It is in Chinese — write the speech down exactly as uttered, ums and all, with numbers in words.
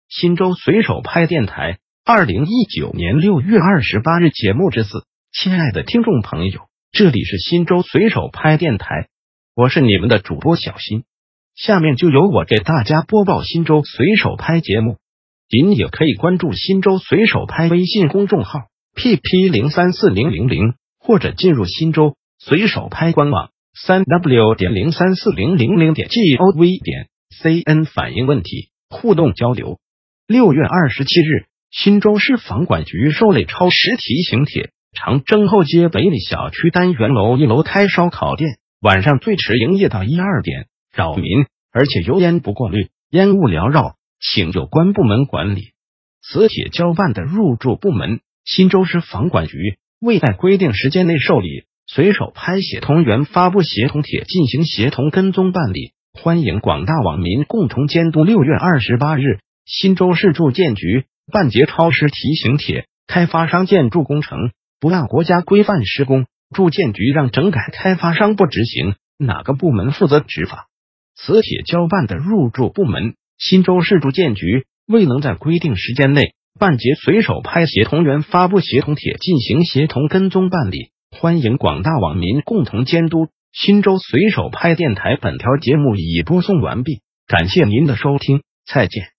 新州随手拍电台二零一九年六月二十八日节目之四。亲爱的听众朋友，这里是新州随手拍电台，我是你们的主播小新。下面就由我给大家播报新州随手拍节目。您也可以关注新州随手拍微信公众号 P P 零三四零零零，或者进入新州随手拍官网 三 w 点零三四零零零点 gov 点 cn 反映问题，互动交流。六月二十七日，新州市房管局受理超时提醒帖，长征后街北里小区单元楼一楼开烧烤店，晚上最迟营业到一二点，扰民，而且油烟不过滤，烟雾缭绕，请有关部门管理。此帖交办的入驻部门新州市房管局未在规定时间内受理，随手拍协同员发布协同帖进行协同跟踪办理，欢迎广大网民共同监督。六月二十八日，新州市住建局办结超时提醒帖，开发商建筑工程不按国家规范施工，住建局让整改开发商不执行，哪个部门负责执法？此帖交办的入驻部门新州市住建局未能在规定时间内办结随手拍协同员发布协同帖进行协同跟踪办理，欢迎广大网民共同监督。新州随手拍电台本条节目已播送完毕，感谢您的收听，再见。